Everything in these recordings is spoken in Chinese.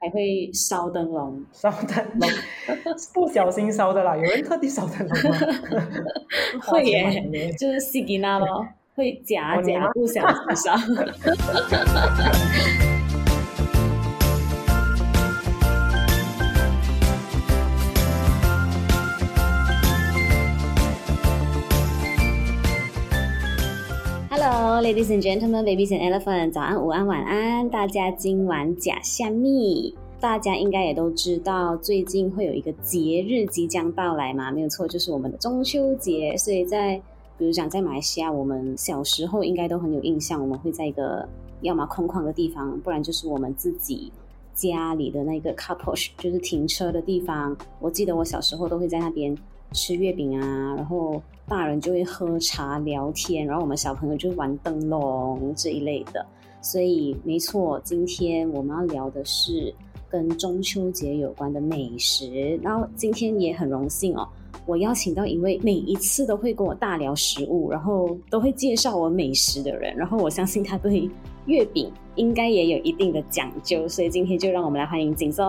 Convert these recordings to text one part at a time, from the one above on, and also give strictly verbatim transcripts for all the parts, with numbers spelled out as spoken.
还会烧灯笼。 烧灯笼不小心烧的啦，有人特地烧灯笼吗？ 会耶，就是西吉娜咯，会假假不小心烧。Hello, ladies and gentlemen, babies and elephants， 早安、午安、晚安，大家今晚假虾米。大家应该也都知道，最近会有一个节日即将到来嘛，没有错，就是我们的中秋节。所以在比如讲在马来西亚，我们小时候应该都很有印象，我们会在一个要么空旷的地方，不然就是我们自己家里的那个 car porch， 就是停车的地方。我记得我小时候都会在那边吃月饼啊，然后大人就会喝茶聊天，然后我们小朋友就玩灯笼这一类的。所以没错，今天我们要聊的是跟中秋节有关的美食。然后今天也很荣幸哦，我邀请到一位每一次都会跟我大聊食物，然后都会介绍我美食的人，然后我相信他对月饼应该也有一定的讲究，所以今天就让我们来欢迎景松。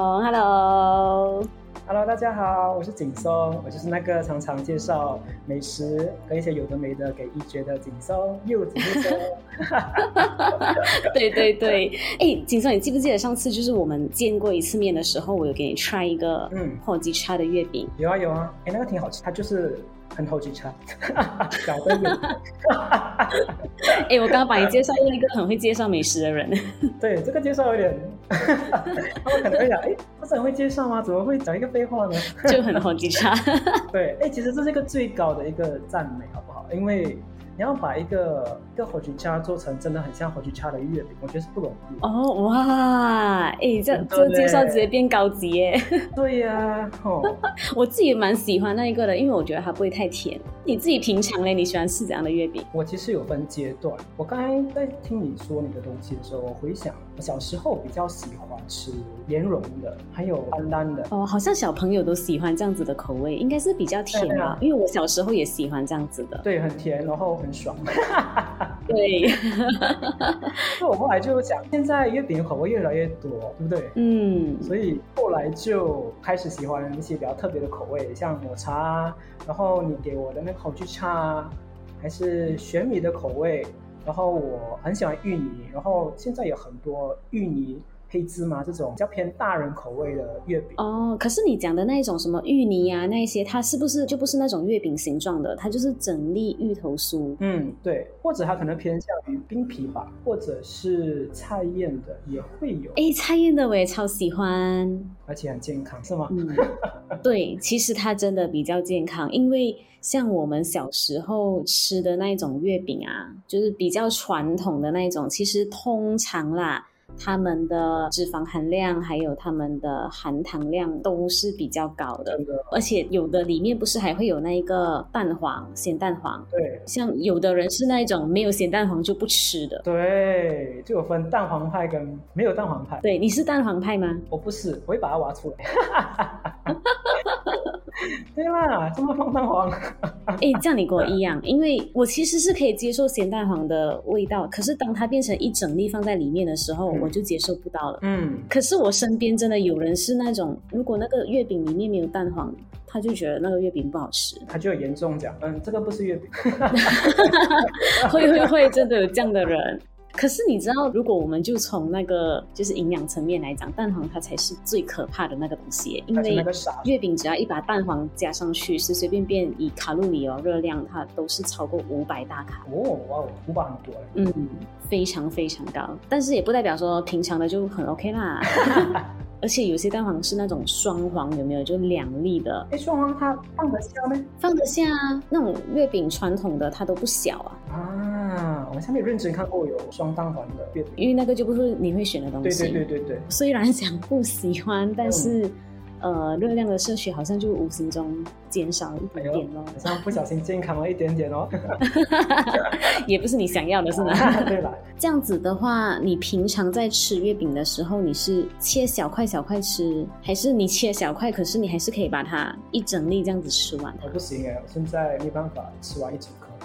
Hello Hello， 大家好，我是景松，我就是那个常常介绍美食跟一些有的没的给一觉的景松，柚子先生。 对对对，哎，景松，你记不记得上次就是我们见过一次面的时候，我有给你 try 一个嗯火鸡叉的月饼？ 有啊有啊，哎，那个挺好吃，它就是很火鸡叉，小的有。 哎，我刚刚把你介绍一个很会介绍美食的人。 对，这个介绍有点，他们可能会想，哎，不是很会介绍吗？怎么会讲一个废话呢？ 就很火鸡叉。 对，哎，其实这是一个最高的一个赞美，好不好？因为你要把一个一个火鸡叉做成真的很像火鸡叉的月饼，我觉得是不容易。 哦哇，哎，这这介绍直接变高级耶。 对呀、啊，哦， 我自己也蛮喜欢那一个的，因为我觉得它不会太甜。你自己平常呢，你喜欢吃怎样的月饼？ 我其实有分阶段。我刚才在听你说你的东西的时候，我回想我小时候比较喜欢吃莲蓉的，还有斑斓的。 哦，好像小朋友都喜欢这样子的口味，应该是比较甜吧？啊、因为我小时候也喜欢这样子的。 对，很甜，然后很爽。 对。 所以我后来就想，现在月饼口味越来越多，对不对？嗯。所以后来就开始喜欢一些比较特别的口味，像抹茶，然后你给我的那个火鸡叉，还是玄米的口味。然后我很喜欢芋泥，然后现在有很多芋泥黑芝麻这种比较偏大人口味的月饼。 哦，可是你讲的那一种什么芋泥啊，那一些它是不是就不是那种月饼形状的，它就是整粒芋头酥？嗯， 对，或者它可能偏向于冰皮吧，或者是菜燕的也会有。 哎，菜燕的我也超喜欢， 而且很健康，是吗？嗯， 对，其实它真的比较健康，因为像我们小时候吃的那一种月饼啊，就是比较传统的那一种，其实通常啦，他们的脂肪含量还有他们的含糖量都是比较高的， 真的， 而且有的里面不是还会有那一个蛋黄，咸蛋黄。 对， 像有的人是那一种没有咸蛋黄就不吃的。 对，就有分蛋黄派跟没有蛋黄派。 对，你是蛋黄派吗？ 我不是，我会把它挖出来。对啦，这么放蛋黄。 哎，这样你跟我一样，因为我其实是可以接受咸蛋黄的味道，可是当它变成一整粒放在里面的时候，嗯、我就接受不到了。嗯，可是我身边真的有人是那种，如果那个月饼里面没有蛋黄，他就觉得那个月饼不好吃， 他就有严重讲，嗯，这个不是月饼。 会会会，真的有这样的人。可是你知道，如果我们就从那个就是营养层面来讲，蛋黄它才是最可怕的那个东西，因为月饼只要一把蛋黄加上去，随随便便以卡路里哦热量，它都是超过五百大卡。 哦，哇哦，五百很多。 嗯，非常非常高，但是也不代表说平常的就很 OK 啦。而且有些蛋黄是那种双黄，有没有？就两粒的。 哎，双黄它放得下吗？ 放得下啊，那种月饼传统的它都不小啊。 啊，我下面有认真看过有双蛋黄的月饼， 因为那个就不是你会选的东西。 对对对对对。 虽然讲不喜欢，但是。嗯呃，热量的摄取好像就无形中减少一点点咯， 好像不小心健康了一点点哦。 也不是你想要的是吗？ 对了， 这样子的话，你平常在吃月饼的时候，你是切小块小块吃，还是你切小块，可是你还是可以把它一整粒这样子吃完？ 我不行哎，我现在没办法吃完一整颗。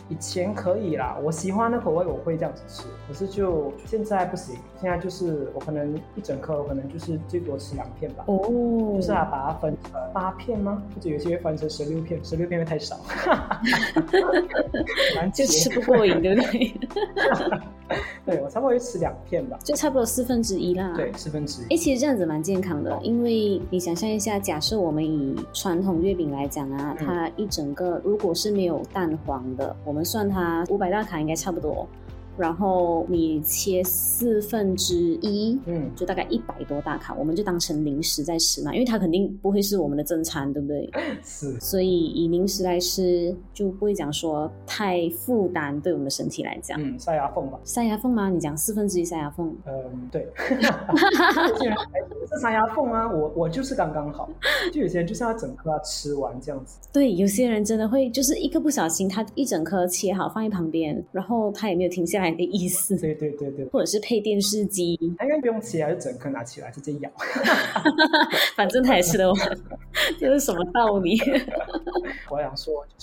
以前可以啦，我喜欢的口味我会这样子吃，可是就现在不行，现在就是我可能一整颗，我可能就是最多吃两片吧。哦，就是啊，把它分成八片吗？或者有些会分成十六片，十六片会太少， 就吃不过瘾，对不对？ 对，我差不多会吃两片吧， 就差不多四分之一啦。 对，四分之一。 哎，其实这样子蛮健康的，因为你想象一下，假设我们以传统月饼来讲啊，嗯、它一整个如果是没有蛋黄的，我们算它五百大卡应该差不多。然后你切四分之一，嗯，就大概一百多大卡，我们就当成零食在吃嘛，因为它肯定不会是我们的正餐，对不对？ 是。 所以以零食来吃，就不会讲说太负担对我们的身体来讲。 嗯，塞牙缝吧。 塞牙缝吗？你讲四分之一塞牙缝？ 嗯，对。有些人还是塞牙缝啊，我我就是刚刚好。就有些人就是要整颗吃完这样子。 对，有些人真的会就是一个不小心，他一整颗切好放在旁边，然后他也没有停下来的意思。 对对对对， 或者是配电视机， 他应该不用切啊，就整颗拿起来直接咬。 反正他也吃得完，这是什么道理？ 我想说就是，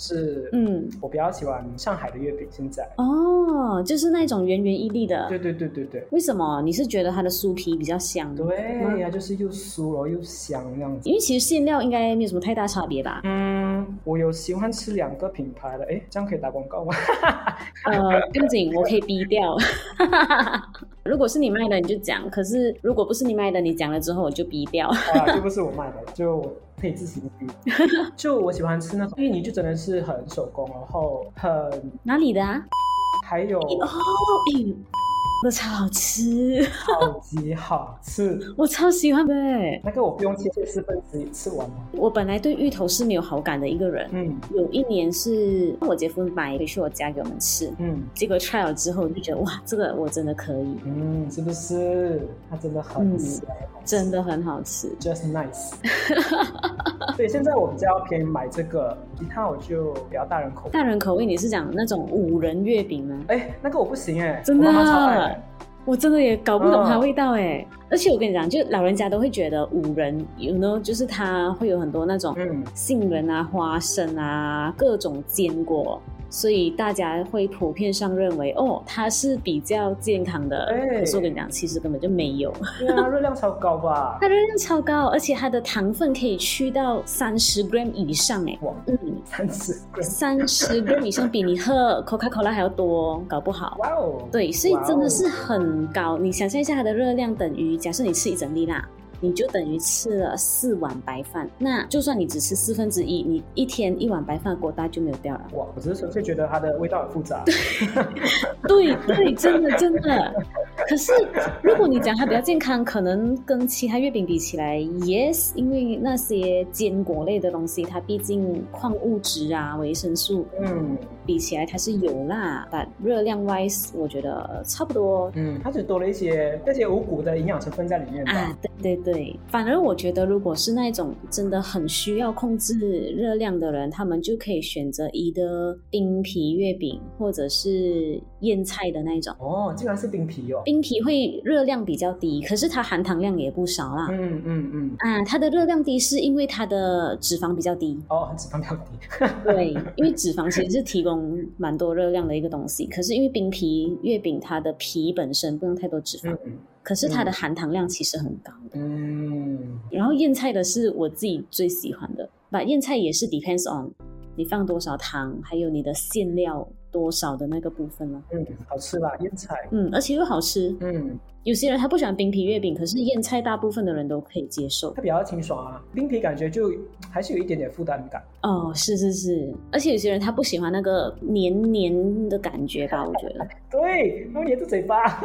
嗯，我比较喜欢上海的月饼。现在哦，就是那种圆圆一粒的。 对对对对对。 为什么？你是觉得它的酥皮比较香？ 对呀，就是又酥然后又香这样子。 因为其实馅料应该没有什么太大差别吧？ 嗯，我有喜欢吃两个品牌的，哎，这样可以打广告吗？ 呃，不用紧，我可以逼掉。如果是你卖的你就讲，可是如果不是你卖的你讲了之后我就逼掉。 啊，就不是我卖的了，就我可以自行逼。就我喜欢吃那种芋泥，就真的是很手工，然后很哪里的啊？ 还有哦，芋那超好吃， 超级好吃， 我超喜欢的。 那个我不用切切四分之一吃完吗？ 我本来对芋头是没有好感的一个人，嗯，有一年是我姐夫买回去我家给我们吃，嗯，结果 try 了之后就觉得哇，这个我真的可以， 嗯，是不是？它真的很香、嗯， 真的很好吃 ，just nice。对，现在我比较偏买这个，其他我就比较大人口味。 大人口味，你是讲那种五仁月饼吗？ 哎，那个我不行哎， 真的， 我妈妈超爱。 我真的也搞不懂它味道哎、嗯，而且我跟你讲，就老人家都会觉得五仁 you know 就是它会有很多那种杏仁啊、花生啊、各种坚果，所以大家会普遍上认为哦，它是比较健康的。可是我跟你讲，其实根本就没有。 对啊，热量超高吧？ 它热量超高，而且它的糖分可以去到三十 gram 以上哎。 哇，嗯，三十 gram， 三十 gram 以上比你喝 Coca-Cola 还要多，搞不好。 哇哦， 对，所以真的是很高。你想象一下，它的热量等于，假设你吃一整粒啦。你就等于吃了四碗白饭，那就算你只吃四分之一，你一天一碗白饭锅大就没有掉了。 哇，我只是纯粹觉得它的味道很复杂。 对对，真的真的。可是如果你讲它比较健康，可能跟其他月饼比起来 ，yes， 因为那些坚果类的东西，它毕竟矿物质啊、维生素，嗯，比起来它是有啦，但热量 wise， 我觉得差不多。 嗯，它只多了一些那些五谷的营养成分在里面吧。 啊，对对对。对，反而我觉得如果是那种真的很需要控制热量的人，他们就可以选择一的冰皮月饼或者是腌菜的那种。 哦，竟然是冰皮哦！ 冰皮会热量比较低，可是它含糖量也不少啦。 嗯嗯嗯。 啊，它的热量低是因为它的脂肪比较低。 哦，脂肪比较低。 对，因为脂肪其实是提供蛮多热量的一个东西，可是因为冰皮月饼它的皮本身不用太多脂肪。嗯，可是它的含糖量其实很高的。嗯，然后腌菜的是我自己最喜欢的，把腌菜也是 depends on 你放多少糖，还有你的馅料多少的那个部分了。 嗯，好吃啦，腌菜。 嗯，而且又好吃。嗯，有些人他不喜欢冰皮月饼，可是腌菜大部分的人都可以接受。 它比较清爽啊，冰皮感觉就还是有一点点负担感。 哦，是是是，而且有些人他不喜欢那个黏黏的感觉吧，我觉得。 对，然后黏住嘴巴。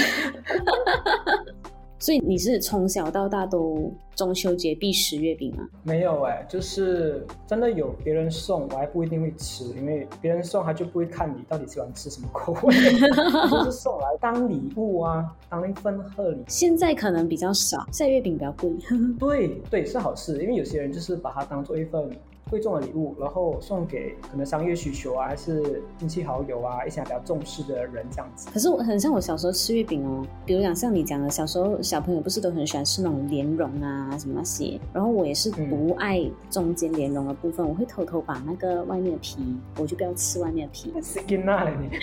所以你是从小到大都中秋节必吃月饼吗？ 没有哎、欸，就是真的有别人送，我还不一定会吃，因为别人送他就不会看你到底喜欢吃什么口味，就是送来当礼物啊，当一份贺礼。 现在可能比较少，现在月饼比较贵。 对对，是好事，因为有些人就是把它当做一份贵重的礼物，然后送给可能商业需求啊，还是亲戚好友啊，一些比较重视的人这样子。 可是我很像我小时候吃月饼哦，比如讲像你讲的，小时候小朋友不是都很喜欢吃那种莲蓉啊什么那些，然后我也是不爱中间莲蓉的部分，嗯、我会偷偷把那个外面的皮，我就不要吃外面的皮。 死劲那了你。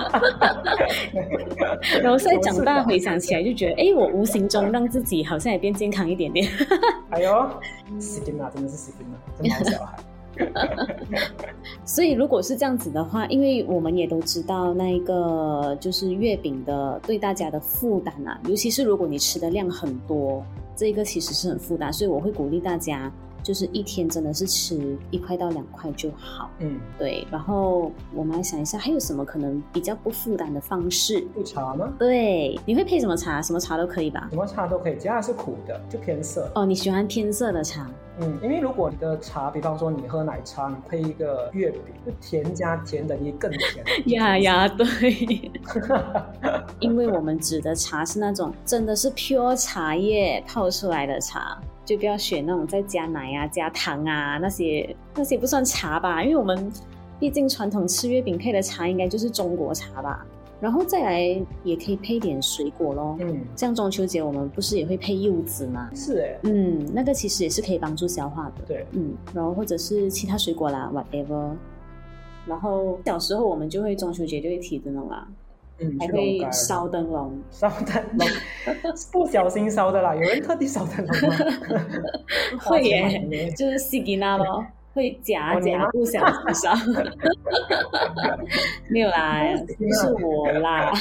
然后现在长大回想起来就觉得，哎，我无形中让自己好像也变健康一点点。 哎呦，死劲那真的是死劲那，真好小孩。 所以如果是这样子的话，因为我们也都知道那个就是月饼的对大家的负担啊，尤其是如果你吃的量很多，这个其实是很负担，所以我会鼓励大家就是一天真的是吃一块到两块就好。嗯，对。然后我们来想一下还有什么可能比较不负担的方式。 配茶吗？ 对，你会配什么茶？什么茶都可以吧？ 什么茶都可以，只要是苦的就偏涩。 哦，你喜欢偏涩的茶。 嗯，因为如果你的茶，比方说你喝奶茶，你配一个月饼，就甜加甜等于更甜。 呀呀，对。因为我们指的茶是那种真的是 pure 茶叶泡出来的茶，就不要选那种再加奶啊、加糖啊那些，那些不算茶吧？因为我们毕竟传统吃月饼配的茶应该就是中国茶吧。然后再来也可以配点水果咯，嗯，像中秋节我们不是也会配柚子吗？ 是哎， 嗯，那个其实也是可以帮助消化的， 对， 嗯，然后或者是其他水果啦 ，whatever。然后小时候我们就会中秋节就会提灯笼啦，嗯，还会烧灯笼， 烧灯笼，不小心烧的啦，有人特地烧灯笼吗？ 会耶，就是西吉娜咯。会夹夹不小心烧，没有啦，是我啦。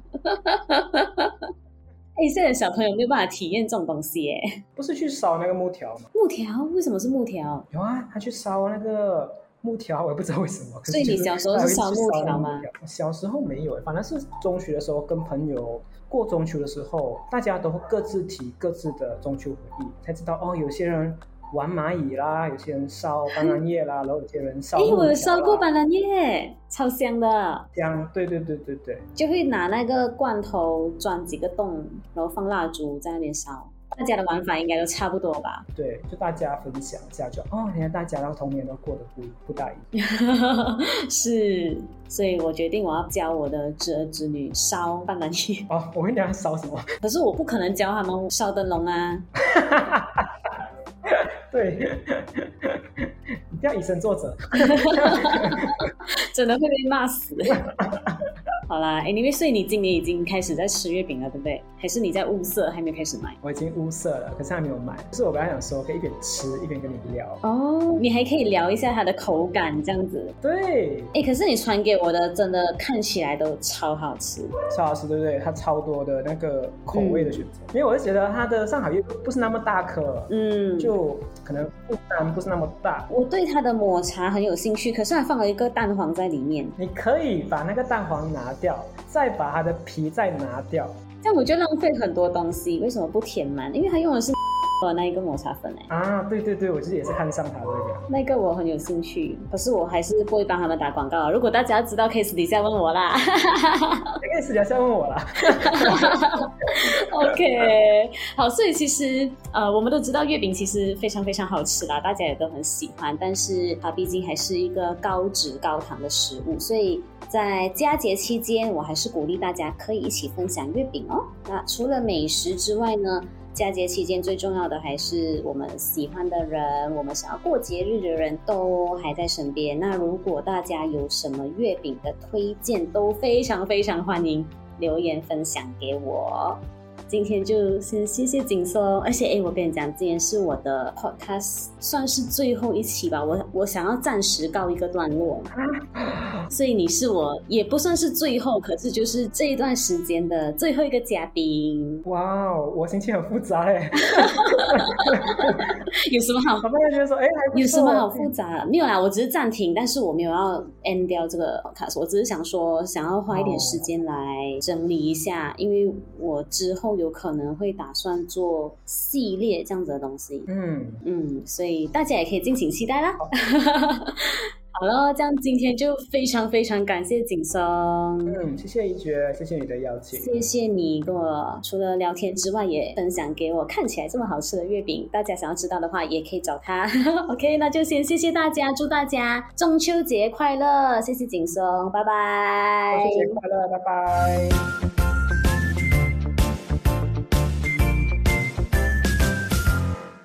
哎、欸，现在小朋友没有办法体验这种东西耶。 不是去烧那个木条吗？ 木条？为什么是木条？ 有啊，他去烧那个木条，我也不知道为什么。 所以你小时候是烧木条吗？ 小时候没有，反正是中学的时候跟朋友过中秋的时候，大家都各自提各自的中秋回忆，才知道哦，有些人玩蚂蚁啦，有些人烧斑兰叶啦，然后有些人烧木条啦。哎， 我有烧过斑兰叶，超香的。 香，对对对对对。 就会拿那个罐头钻几个洞，然后放蜡烛在那边烧。大家的玩法应该都差不多吧？ 对，就大家分享一下就，就哦，原来大家的童年都过得不不大一样。 是，所以我决定我要教我的侄儿侄女烧斑兰叶。 哦，我跟你讲烧什么？ 可是我不可能教他们烧灯笼啊。 对，你不要以身作则。 真的会被骂死。好啦 anyway， 所以你今年已经开始在吃月饼了，对不对？还是你在物色还没有开始买？ 我已经物色了，可是还没有买。就是我刚才想说可以一边吃一边跟你聊哦，你还可以聊一下它的口感这样子。 对， 哎，可是你传给我的真的看起来都超好吃， 超好吃，对不对？它超多的那个口味的选择、嗯、因为我是觉得它的上海月不是那么大颗，嗯，就可能负担不是那么大。 我对它的抹茶很有兴趣，可是它放了一个蛋黄在里面。 你可以把那个蛋黄拿掉，再把它的皮再拿掉， 这样我就浪费很多东西。为什么不填满？因为它用的是那一个抹茶粉哎、 欸、啊，对对对，我自己也是看上它这个， 那个我很有兴趣，可是我还是不会帮他们打广告。如果大家知道，可以私底下问我啦。 可以私底下问我啦。 OK， 好，所以其实呃，我们都知道月饼其实非常非常好吃啦，大家也都很喜欢，但是它毕竟还是一个高脂高糖的食物，所以在佳节期间，我还是鼓励大家可以一起分享月饼哦。那除了美食之外呢，佳节期间最重要的还是我们喜欢的人，我们想要过节日的人都还在身边。那如果大家有什么月饼的推荐，都非常非常欢迎留言分享给我。今天就先谢谢景松，而且诶我跟你讲，今天是我的 podcast 算是最后一期吧，我我想要暂时告一个段落，所以你是我也不算是最后，可是就是这一段时间的最后一个嘉宾。 哇哦，我心情很复杂耶。 有什么好？ 好朋友觉得说，哎，还不错， 有什么好复杂？没有啦，我只是暂停，但是我没有要 end 掉这个 podcast， 我只是想说，想要花一点时间来整理一下，哦、因为我之后有可能会打算做系列这样子的东西，嗯嗯，所以大家也可以敬请期待啦。 好了，这样今天就非常非常感谢景松。 嗯，谢谢怡觉，谢谢你的邀请。 谢谢你跟我除了聊天之外，也分享给我看起来这么好吃的月饼。大家想要知道的话，也可以找他。OK， 那就先谢谢大家，祝大家中秋节快乐！谢谢景松，拜拜。 中秋节快乐，拜拜。